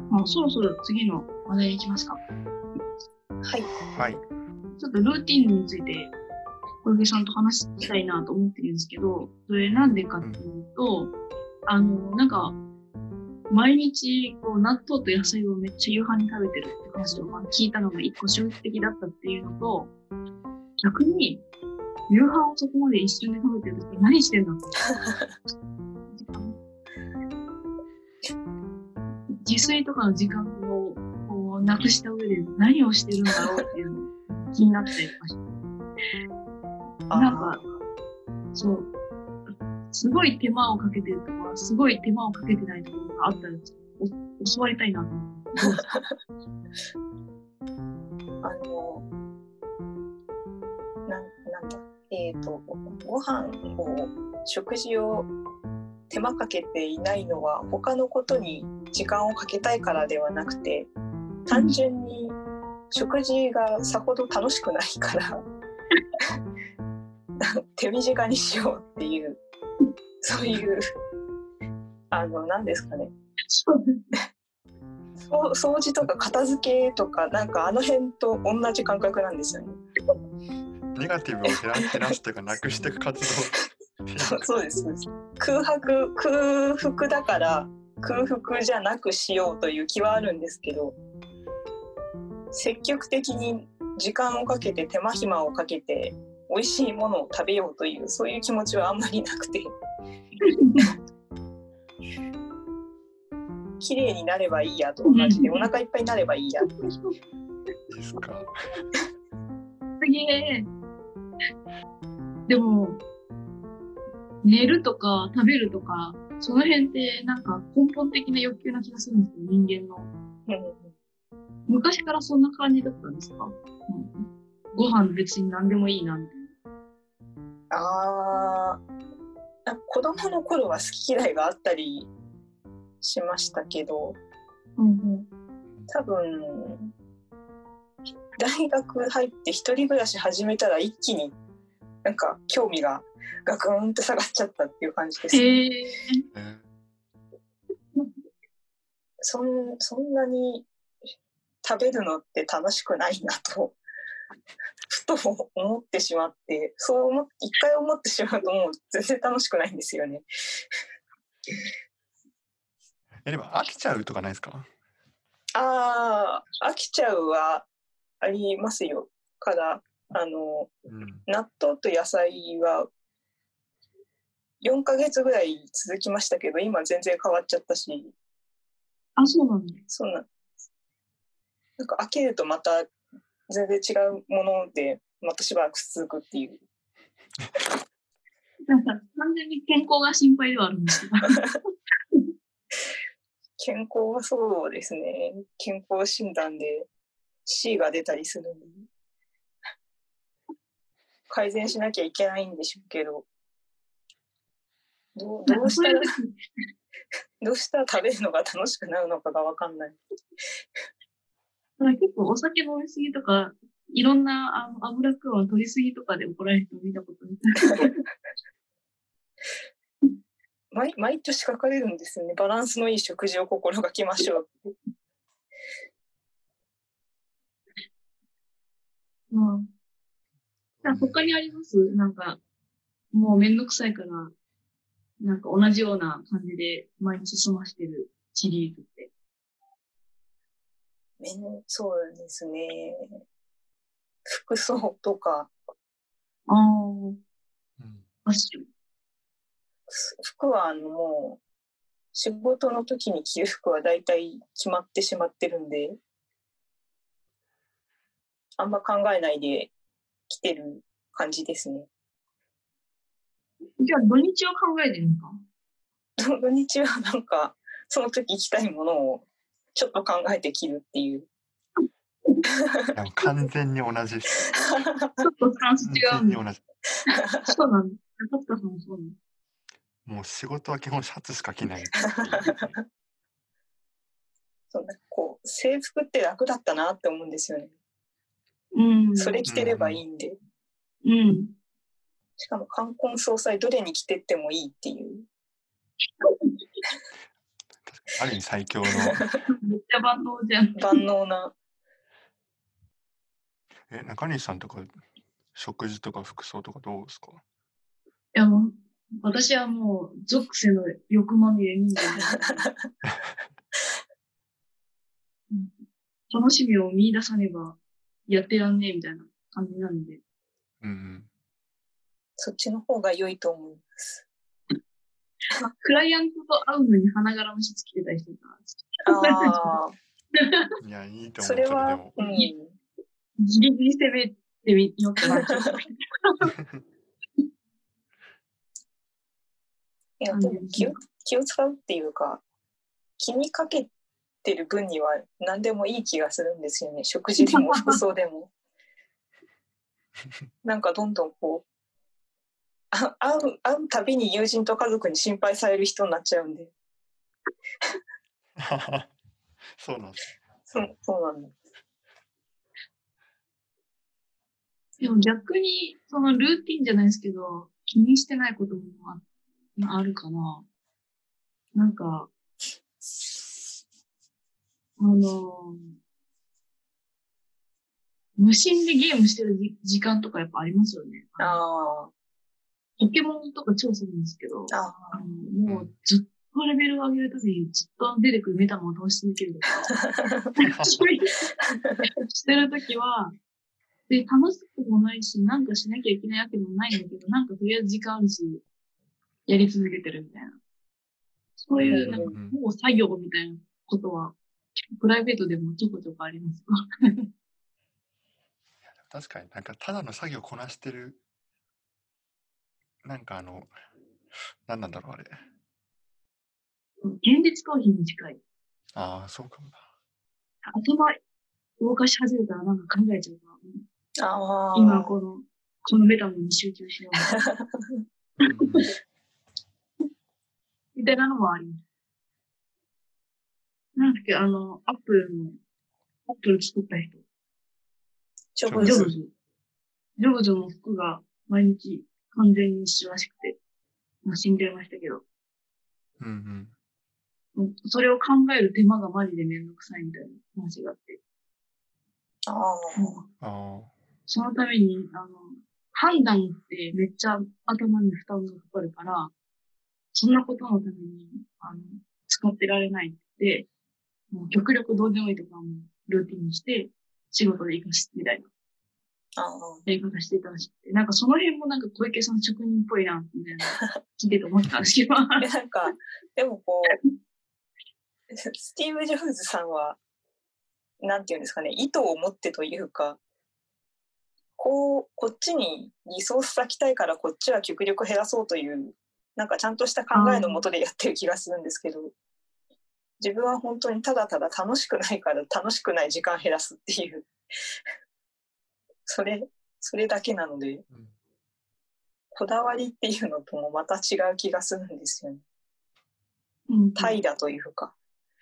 そろそろ次の話題いきますか。 はい。 はい。 ちょっとルーティンについて小池さんと話したいなと思ってるんですけど、それなんでかっていうと、なんか毎日こう納豆と野菜をめっちゃ夕飯に食べてるって話を聞いたのが一個衝撃的だったっていうのと、逆に夕飯をそこまで一瞬で食べてるって何してんだろう自炊とかの時間をこうなくした上で何をしてるんだろうっていうのが気になってました。なんかそうすごい手間をかけてるとかすごい手間をかけてないところがあったら教わりたいなと思って。 なんだご飯を食事を手間かけていないのは他のことに時間をかけたいからではなくて、単純に食事がさほど楽しくないから手短にしようっていうそういう何ですかね掃除とか片付けとかなんかあの辺と同じ感覚なんですよね。 ネガティブを減らすというかなくしていく活動そうです空腹だから空腹じゃなくしようという気はあるんですけど、積極的に時間をかけて手間暇をかけて美味しいものを食べようというそういう気持ちはあんまりなくて綺麗になればいいやと同じでお腹いっぱいになればいいやですか。 すげえ。でも寝るとか食べるとかその辺ってなんか根本的な欲求な気がするんですよ、人間の。昔からそんな感じだったんですか？ご飯別に何でもいいなみたいな。子供の頃は好き嫌いがあったりしましたけど、多分大学入って一人暮らし始めたら一気になんか興味がガクンと下がっちゃったっていう感じです、ね。そんなに食べるのって楽しくないなとふと思ってしまって、一回思ってしまうともう全然楽しくないんですよね。 でも飽きちゃうとかないですか？ 飽きちゃうはありますよ。から納豆と野菜は4ヶ月ぐらい続きましたけど、今全然変わっちゃったし。 そうなんだ。 そうなんか飽きるとまた全然違うものでまたしばらく続くっていう。 なんか完全に健康が心配ではあるんですけど健康はそうですね。健康診断で C が出たりするので改善しなきゃいけないんでしょうけど、どうしたら食べるのが楽しくなるのかが分かんない。 結構お酒飲みすぎとかいろんな脂っこいを取りすぎとかで怒られる人を見たことない毎年書かれるんですよね。バランスのいい食事を心がけましょうって。 他にあります？なんかもうめんどくさいからなんか同じような感じで毎日済ましてるシリーズって。 そうですね。服装とか。服はもう仕事の時に着る服はだいたい決まってしまってるんで、あんま考えないで着てる感じですね。 じゃあ土日は考えてるんですか？ 土日はなんかその時着たいものをちょっと考えて着るっていう。 完全に同じです。 ちょっとスタンス違うんだ。そうなんだ。中塚さんもそうなんだ。 もう仕事は基本シャツしか着ない。 制服って楽だったなって思うんですよね。それ着てればいいんで。しかも冠婚葬祭どれに着てってもいいっていう。 ある意味最強の。 めっちゃ万能じゃん。 万能な。 中西さんとか食事とか服装とかどうですか？ いやもう、私はもう属性の欲まみれ人間なので、楽しみを見出さねばやってらんねえみたいな感じなんで。 そっちの方が良いと思います。 クライアントと会うのに花柄のシャツ着てたりしてた。 ああ。 いや、いいと思う。 それは、 ギリギリ攻めてみようかな。 いや、でも気を使うっていうか、気にかけてる分には何でもいい気がするんですよね。食事でも服装でも。なんかどんどんこう、会うたびに友人と家族に心配される人になっちゃうんで。 そうなんです。 そうなんです。 でも逆に、そのルーティンじゃないですけど、気にしてないこともあるかな。なんか、無心でゲームしてる時間とかやっぱありますよね。ポケモンとか超するんですけど、もうずっとレベルを上げるためにずっと出てくるメタモンを倒し続けるとか、してるときは、で、楽しくもないし、なんかしなきゃいけないわけでもないんだけど、なんかとりあえず時間あるし、やり続けてるみたいな。そういう、なんか、もう作業みたいなことは、プライベートでもちょこちょこありますか？ 確かになんかただの作業こなしてる、なんか何なんだろうあれ。 現実逃避に近い。 ああ、そうかもな。 頭動かし始めたらなんか考えちゃうから。 あ今このメタモンに集中しようみたいなのもあります。なんだっけ、アップル作った人。 ジョブズの服が毎日完全に一緒らしくて、死んじゃいましたけど。それを考える手間がマジでめんどくさいみたいな話があって。そのために、判断ってめっちゃ頭に負担がかかるから、そんなことのために、使ってられないって、もう極力どうでもいいとかもルーティンにして、仕事で活かすみたいな。やり方していたらしくて。なんかその辺もなんか小池さん職人っぽいな、みたいな、聞いてて思ったんですけど。 なんか、でもこう、スティーブ・ジョブズさんは、なんていうんですかね、意図を持ってというか、こっちにリソース割きたいからこっちは極力減らそうという、なんかちゃんとした考えのもとでやってる気がするんですけど、自分は本当にただただ楽しくないから楽しくない時間減らすっていう、それだけなので、こだわりっていうのともまた違う気がするんですよね。怠惰というか。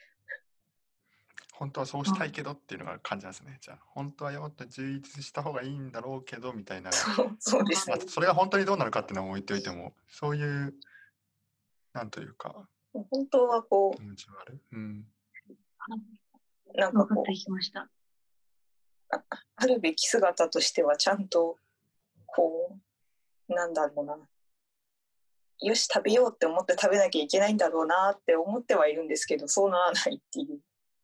本当はそうしたいけどっていうのが感じなんですね。じゃあ本当はもっと充実した方がいいんだろうけどみたいな。 そうですね。 それが本当にどうなるかっていうのを置いておいても、そういうなんというか本当はこう、 気持ちがある。 なんかこう、あるべき姿としてはちゃんとこう、なんだろうな、よし食べようって思って食べなきゃいけないんだろうなって思ってはいるんですけど、そうならないっていう。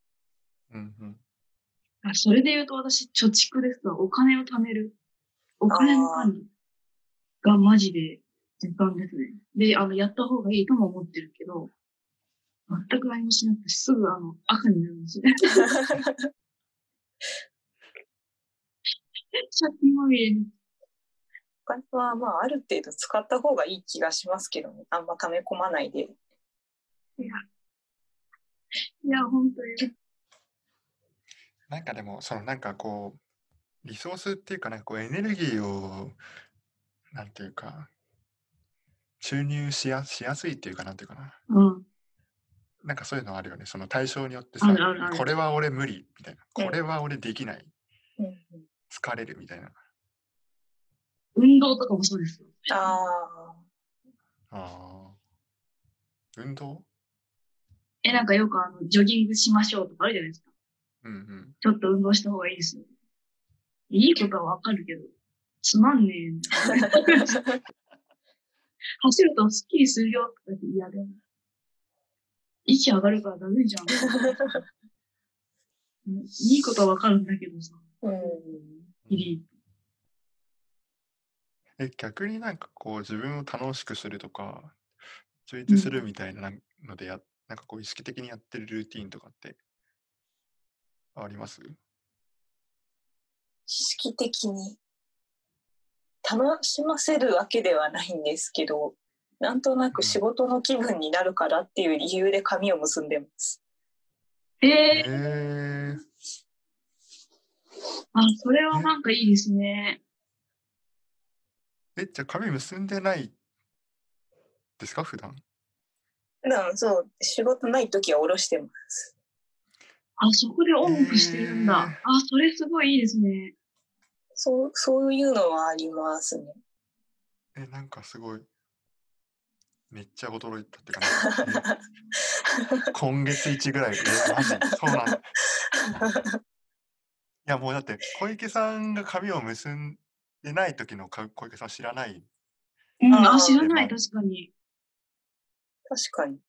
それで言うと私、貯蓄ですわ。お金を貯める。お金の管理がマジで時間ですね。で、やった方がいいとも思ってるけど、全く何もしなくてすぐ赤になるんですよね。借金まみれに。 お金はまあある程度使った方がいい気がしますけどね。あんま溜め込まないで。 いや、本当に。 なんかでも、なんかこう、リソースっていうか、なんかこう、エネルギーを、なんていうか、注入しやすいっていうか、なんていうかな。なんかそういうのあるよね。その対象によってさ、これは俺無理みたいな。これは俺できない。疲れるみたいな。 運動とかもそうですよ。 運動なんかよくジョギングしましょうとかあるじゃないですか。 うんうん。 ちょっと運動した方がいいですよ。いいことはわかるけど、つまんねえんだよ。走るとスッキリするよとか言って、いやでも、息上がるからダメじゃん。いいことはわかるんだけどさ。 逆になんかこう自分を楽しくするとか、充実するみたいなのでなんかこう意識的にやってるルーティーンとかってあります？ 意識的に楽しませるわけではないんですけど、なんとなく仕事の気分になるからっていう理由で髪を結んでます。 あ、それはなんかいいですね。 じゃあ髪結んでないですか、普段？ そう、仕事ないときは下ろしてます。 あ、そこでオンオフしてるんだ。あ、それすごいいいですね。 そういうのはありますね。 なんかすごい、めっちゃ驚いたっていうか、今月1ぐらい、マジそうなんだ。いやもうだって小池さんが髪を結んでない時の小池さん知らない。 知らない、確かに。 確かに。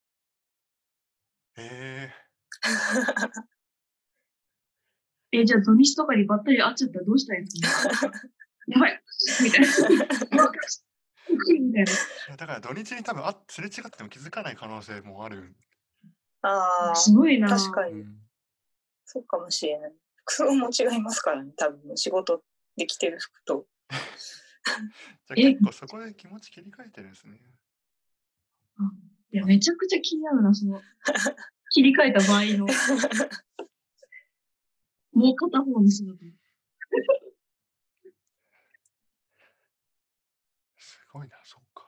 じゃあ土日とかにばったり会っちゃったらどうしたらいいんですか？やばいみたいな。 だから土日に多分すれ違っても気づかない可能性もある。 すごいな。 確かに。そうかもしれない。服装も違いますからね、多分仕事で着てる服と。 じゃあ結構そこで気持ち切り替えてるんですね。 いや、めちゃくちゃ気になるな、その、切り替えた場合の。もう片方にする。 すごいな、そうか。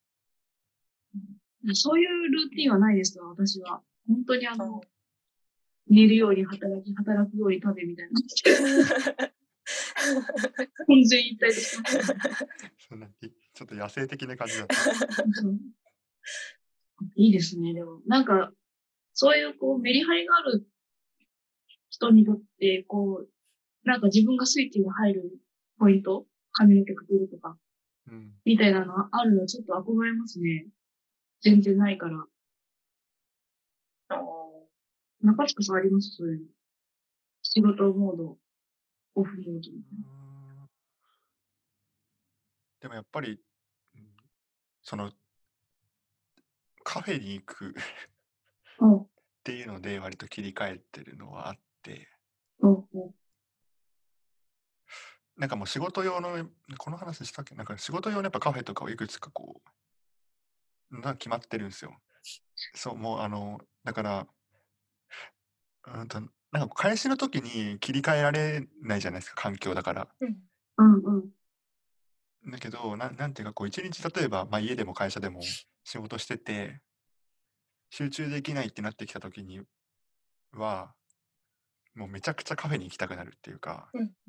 そういうルーティンはないですわ、私は。本当に寝るように働くように食べみたいな。本然一体としてます。 そんなちょっと野生的な感じだった。 いいですね、でも。なんか、そういうこうメリハリがある人にとって、こう、なんか自分がスイッチが入るポイント、髪の毛かけるとか、みたいなのあるのちょっと憧れますね。全然ないから。中近さんあります？そういうの。仕事モード、オフモード。 でもやっぱり、その、カフェに行くっていうので割と切り替えてるのはあって、なんかもう仕事用の、この話したっけ、なんか仕事用のやっぱカフェとかをいくつかこう、決まってるんですよ。そう、もうだから、なんか開始の時に切り替えられないじゃないですか、環境だから。だけど、なんていうかこう一日例えば、家でも会社でも仕事してて、集中できないってなってきた時には、もうめちゃくちゃカフェに行きたくなるっていうか、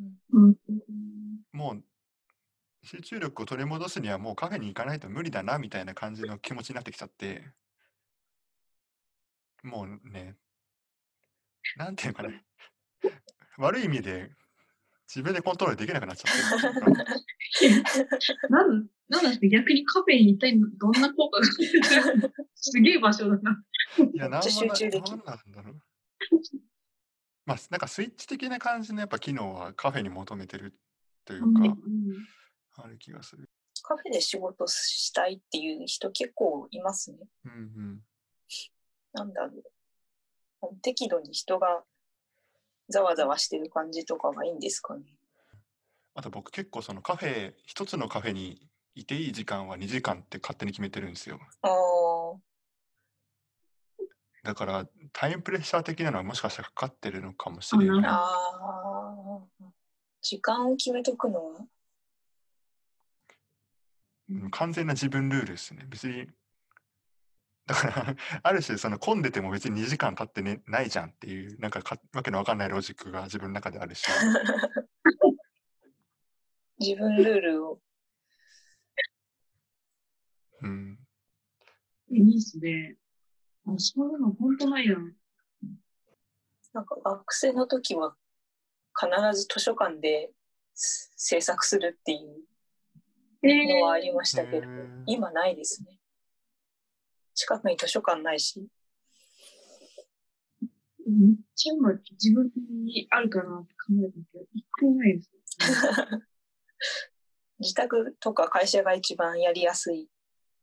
もう集中力を取り戻すにはもうカフェに行かないと無理だなみたいな感じの気持ちになってきちゃって、もうね、なんていうかね、悪い意味で自分でコントロールできなくなっちゃってるっていうか。 なんですか、逆にカフェに一体どんな効果がすげえ場所だな。 いや、なんなんだろう。なんかスイッチ的な感じのやっぱ機能はカフェに求めてるというか、ある気がする。 カフェで仕事したいっていう人結構いますね。なんだろう。適度に人がざわざわしてる感じとかがいいんですかね。 あと僕結構その一つのカフェにいていい時間は2時間って勝手に決めてるんですよ。だからタイムプレッシャー的なのはもしかしたらかかってるのかもしれない。 時間を決めとくのは完全な自分ルールですね。別にだからある種その混んでても別に2時間経ってないじゃんっていうなんかわけのわかんないロジックが自分の中であるし自分ルールをいいっすね。 そういうの本当ないな。 なんか学生の時は必ず図書館で制作するっていうのはありましたけど、今ないですね。近くに図書館ないし。 めっちゃ今自分にあるかなって考えたけど、一個もないです。 自宅とか会社が一番やりやすい。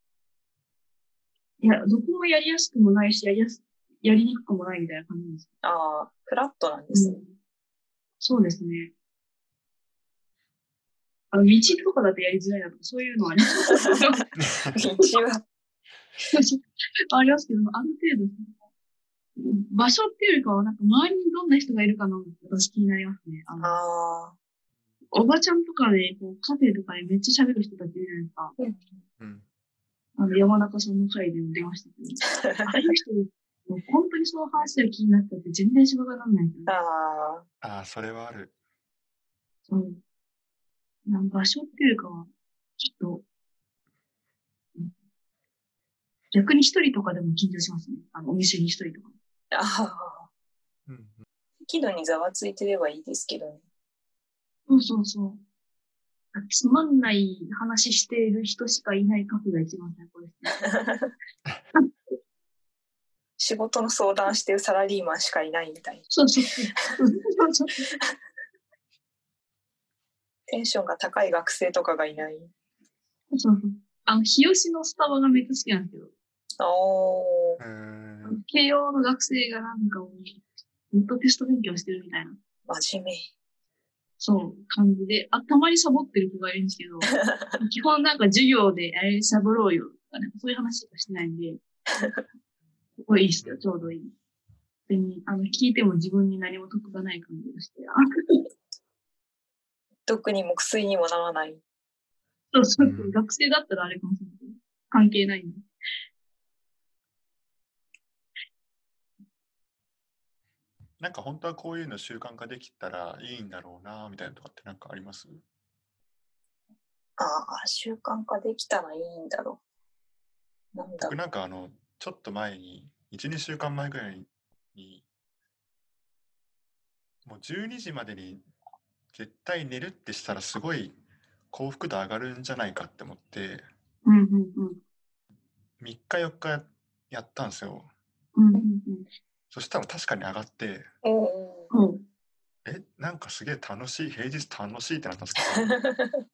いや、どこもやりやすくもないし、やりにくくもないみたいな感じです。 ああ、フラットなんですね。 そうですね。道とかだとやりづらいなとか、そういうのはあります。 道はありますけど、ある程度、場所っていうよりかは、なんか周りにどんな人がいるかなって私気になりますね。おばちゃんとかで、こうカフェとかでめっちゃ喋る人たちいるじゃないですか。山中さんの回でも出ましたけど、ああいう人、もう本当にその話で気になったって全然仕事にならない。 それはある。 そう。なんか場所っていうかは、ちょっと、逆に一人とかでも緊張しますね。お店に一人とか。 適度にざわついてればいいですけどね。 そう。つまんない話している人しかいないカフェが一番最高ですね。 仕事の相談してるサラリーマンしかいないみたいな。 そう。 テンションが高い学生とかがいない。 そう。日吉のスタバがめっちゃ好きなんですよ。慶応の学生がなんかずっとテスト勉強してるみたいな。 真面目。 そう、感じで。たまにサボってる子がいるんですけど、基本なんか授業で、サボろうよとか、なんかそういう話しかしてないんで、すごいいいっすよ、ちょうどいい。別に、聞いても自分に何も得がない感じがして。 特にも薬にもならない。 そう、学生だったらあれかもしれないけど、関係ないんで。 なんか本当はこういうの習慣化できたらいいんだろうなみたいなとかってなんかあります？ 習慣化できたらいいんだろう。 僕なんかちょっと前に1、2週間前ぐらいにもう12時までに絶対寝るってしたらすごい幸福度上がるんじゃないかって思って、3日4日やったんですよ。そしたら確かに上がって、なんかすげえ楽しい、平日楽しいってなったんですけど。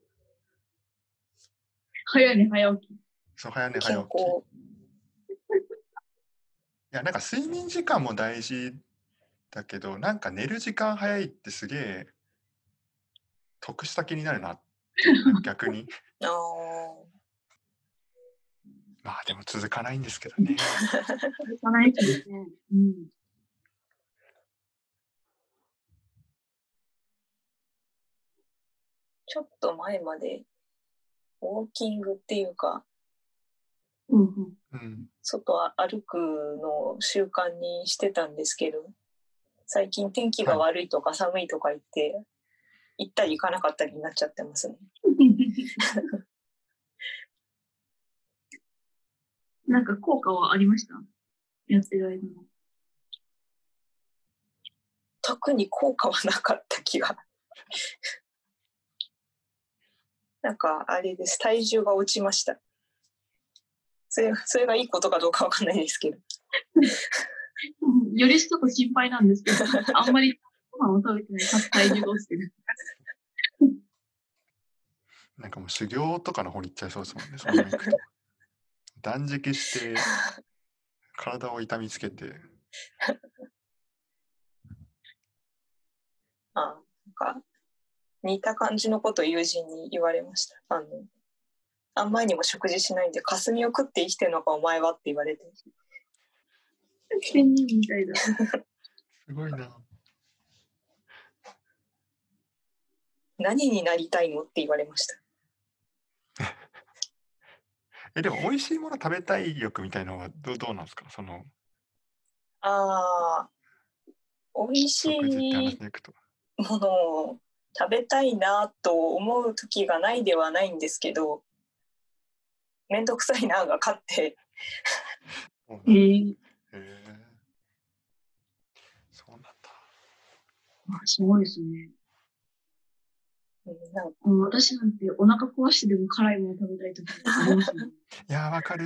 早寝早起き。 そう、早寝早起き。いや、なんか睡眠時間も大事だけど、なんか寝る時間早いってすげえ得した気になるなって逆に。まあでも続かないんですけどね。 続かないですね。 ちょっと前までウォーキングっていうか、外歩くのを習慣にしてたんですけど、最近天気が悪いとか寒いとか言って、行ったり行かなかったりになっちゃってますね。 なんか効果はありました？やってる間の。 特に効果はなかった気が。なんかあれです、体重が落ちました。それがいいことかどうかわかんないですけど。 よりちょっと心配なんですけど、あんまりご飯を食べてないかつ体重が落ちてる。 なんかもう修行とかの方に行っちゃいそうですもんね、その行くと。断食して体を痛みつけて。 なんか似た感じのことを友人に言われました。あんまりにも食事しないんで、霞を食って生きてるのかお前はって言われて。 仙人みたいだ。すごいな。 何になりたいのって言われました。 でも美味しいもの食べたい欲みたいなのはどうなんですか？ 美味しいものを食べたいなと思う時がないではないんですけど、めんどくさいなが勝ってそうなんだ。 すごいですね。私なんてお腹壊してでも辛いもの食べたいときありますもん。 いや、わかる。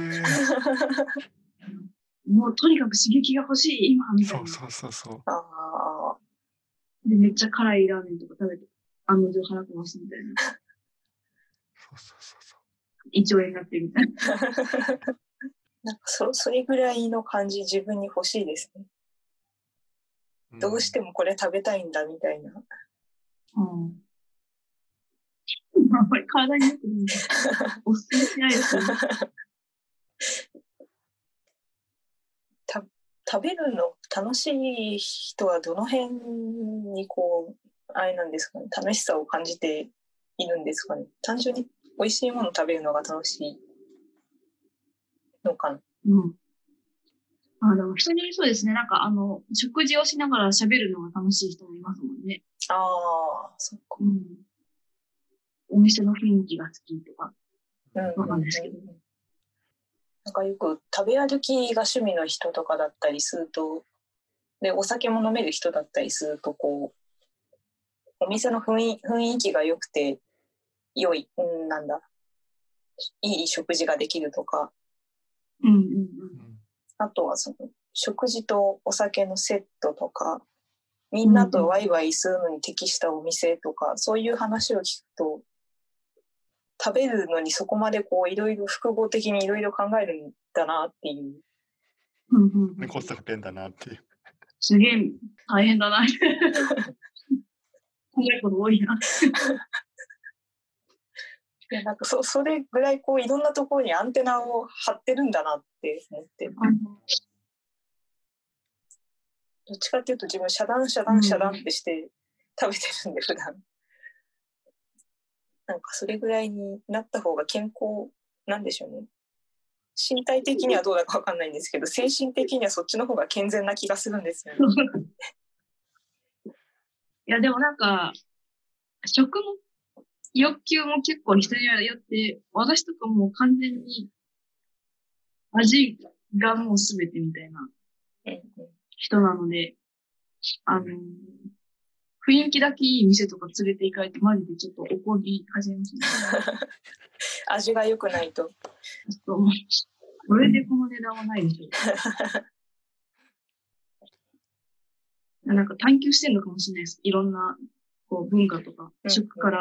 もうとにかく刺激が欲しい、今、みたいな。 そう。 で、めっちゃ辛いラーメンとか食べて、案の定腹壊すみたいな。 そう。 胃腸炎になってるみたいな。 なんかそれぐらいの感じ自分に欲しいですね。どうしてもこれ食べたいんだみたいな。 あんまり体に良くないんで、おすすめしないですよね。 食べるの楽しい人はどの辺にあれなんですかね、楽しさを感じているんですかね。単純に美味しいものを食べるのが楽しいのかな。 でも人にそうですね。なんか食事をしながら喋るのが楽しい人もいますもんね。 そっか。 お店の雰囲気が好きとか、わかんないですけど。 なんかよく食べ歩きが趣味の人とかだったりすると、で、お酒も飲める人だったりすると、お店の雰囲気が良くて、いい食事ができるとか、あとはその食事とお酒のセットとか、みんなとワイワイするのに適したお店とか、そういう話を聞くと、食べるのにそこまでいろいろ複合的にいろいろ考えるんだなっていう。 コストかけんだなっていう。 すげえ大変だな。こんなこと多いな。 なんかそれぐらいいろんなところにアンテナを張ってるんだなって思って。どっちかっていうと自分遮断ってして食べてるんで、普段。なんかそれぐらいになった方が健康なんでしょうね。身体的にはどうだか分かんないんですけど、精神的にはそっちの方が健全な気がするんですよね。 いや、でもなんか、食の欲求も結構人によって、私とかもう完全に味がもう全てみたいな人なので、雰囲気だけいい店とか連れて行かれて、マジでちょっと怒り始めますね。 味が良くないと。 これでこの値段はないでしょ。なんか探求してんのかもしれないです。いろんな文化とか、食から、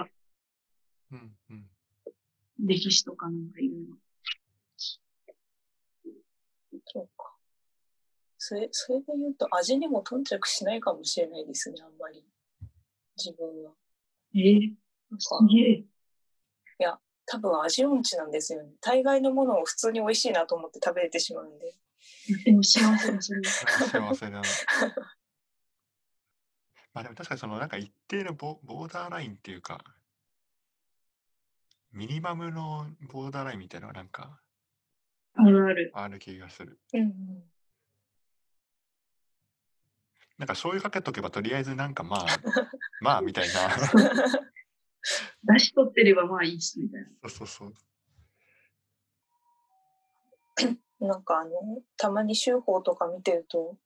歴史とかなんかいろいろ。 そうか。それで言うと味にも頓着しないかもしれないですね、あんまり。自分は。 すげえ。 いや、多分味音痴なんですよね。大概のものを普通に美味しいなと思って食べれてしまうんで。 でも幸せだ、それは。 幸せだ。まあでも確かにそのなんか一定のボーダーラインっていうか、ミニマムのボーダーラインみたいなのがなんかある気がする。なんか醤油かけとけばとりあえずなんかまあみたいな。 出し取ってればまあいいしみたいな。 そう。 なんかたまに週報とか見てると、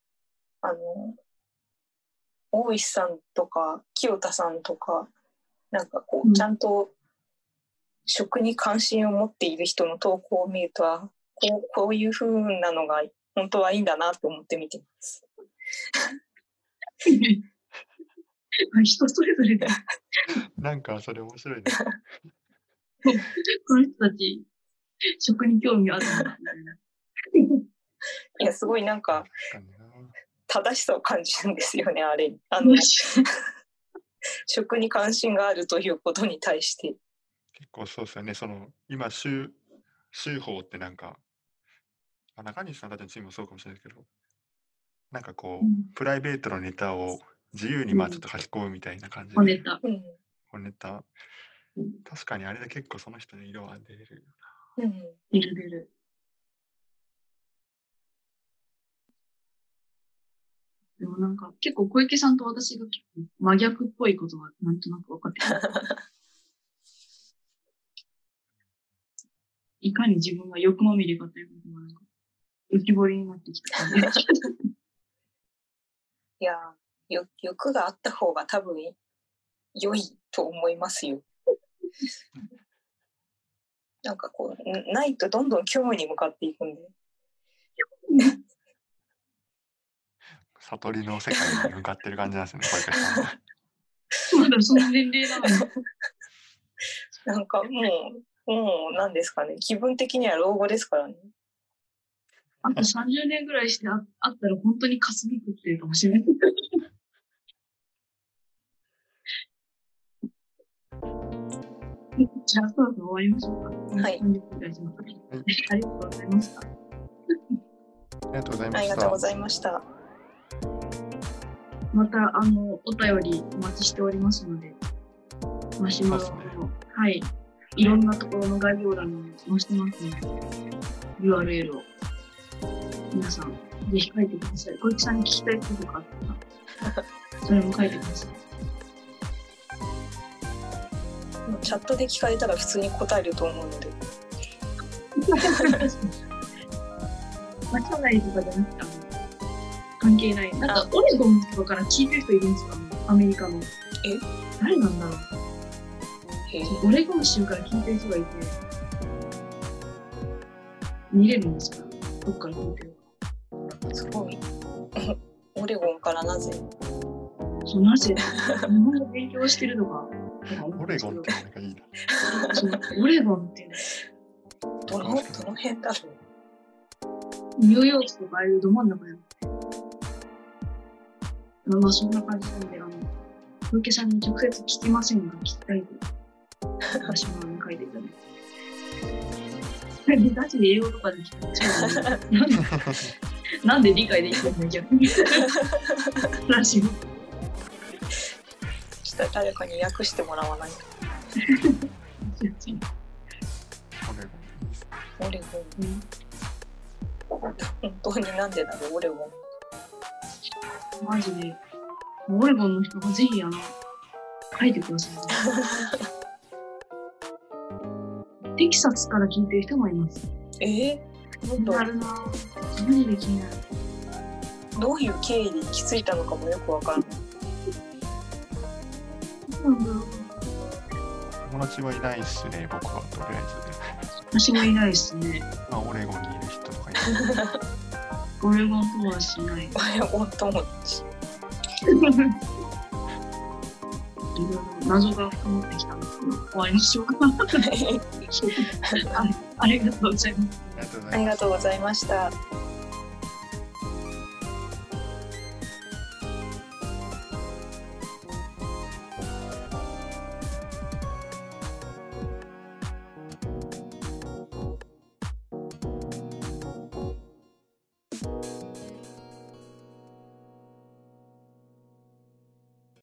大石さんとか清田さんとか、なんかちゃんと食に関心を持っている人の投稿を見ると、こういう風なのが本当はいいんだなと思って見てます。 人それぞれで。 なんかそれ面白いね。 この人たち、食に興味あるんだみたいな。 いや、すごいなんか、正しさを感じるんですよね、あれ。食に関心があるということに対して。 結構そうですよね。今、週報ってなんか、中西さんたちのチームもそうかもしれないけど、なんかプライベートのネタを自由にちょっと書き込むみたいな感じで。 本ネタ。確かにあれで結構その人の色は出る。 出る。でもなんか結構小池さんと私が結構真逆っぽいことがなんとなく分かってきた。いかに自分が欲まみれかということがなんか浮き彫りになってきた感じ。 いや、欲があった方が多分良いと思いますよ。なんかこう、ないとどんどん虚無に向かっていくんで。 悟りの世界に向かってる感じなんですね、小池さんは。 まだその年齢なのに。 なんかもう何ですかね、気分的には老後ですからね。 あと30年ぐらいしてあったら本当に霞食ってるかもしれない。じゃあ、そろそろ終わりましょうか。 はい。 ありがとうございました。 ありがとうございました。 ありがとうございました。 また、お便りお待ちしておりますので、マシュマロの、はい、いろんなところの概要欄に載せてますので、URL を皆さん、ぜひ書いてください。小池さんに聞きたいことがあったら、それも書いてください。 チャットで聞かれたら普通に答えると思うので。 社内とかじゃなくて、関係ない。なんか、オレゴンとかから聞いてる人いるんですか？アメリカの。誰なんだろう。オレゴン州から聞いてる人がいて、見れるんですか？どっから聞いてるか。すごい。オレゴンからなぜ？ なぜ日本語勉強してるとか。 オレゴンってなんかいいな。 オレゴンってどの辺だろう。ニューヨークとかああいうど真ん中やって。まあそんな感じなんで、小池さんに直接聞きませんが、聞きたいと。私も書いていただいて。ガチで英語とかで聞くとなんで理解できるんだ逆に。らしい。 誰かに訳してもらわないと。オレゴン。本当になんでだろう、オレゴン。 マジで。オレゴンの人がぜひ書いてください。テキサスから聞いてる人もいます。なるな。マジで気になる。 どういう経緯で行き着いたのかもよくわからない。 友達はいないっすね、僕はとりあえず。 私もいないっすね。 まあ、オレゴンにいる人とかいる。 オレゴン友達いない。 オレゴン友達。 いろいろ謎が深まってきたんですけど、終わりましょうか。ありがとうございます。 ありがとうございました。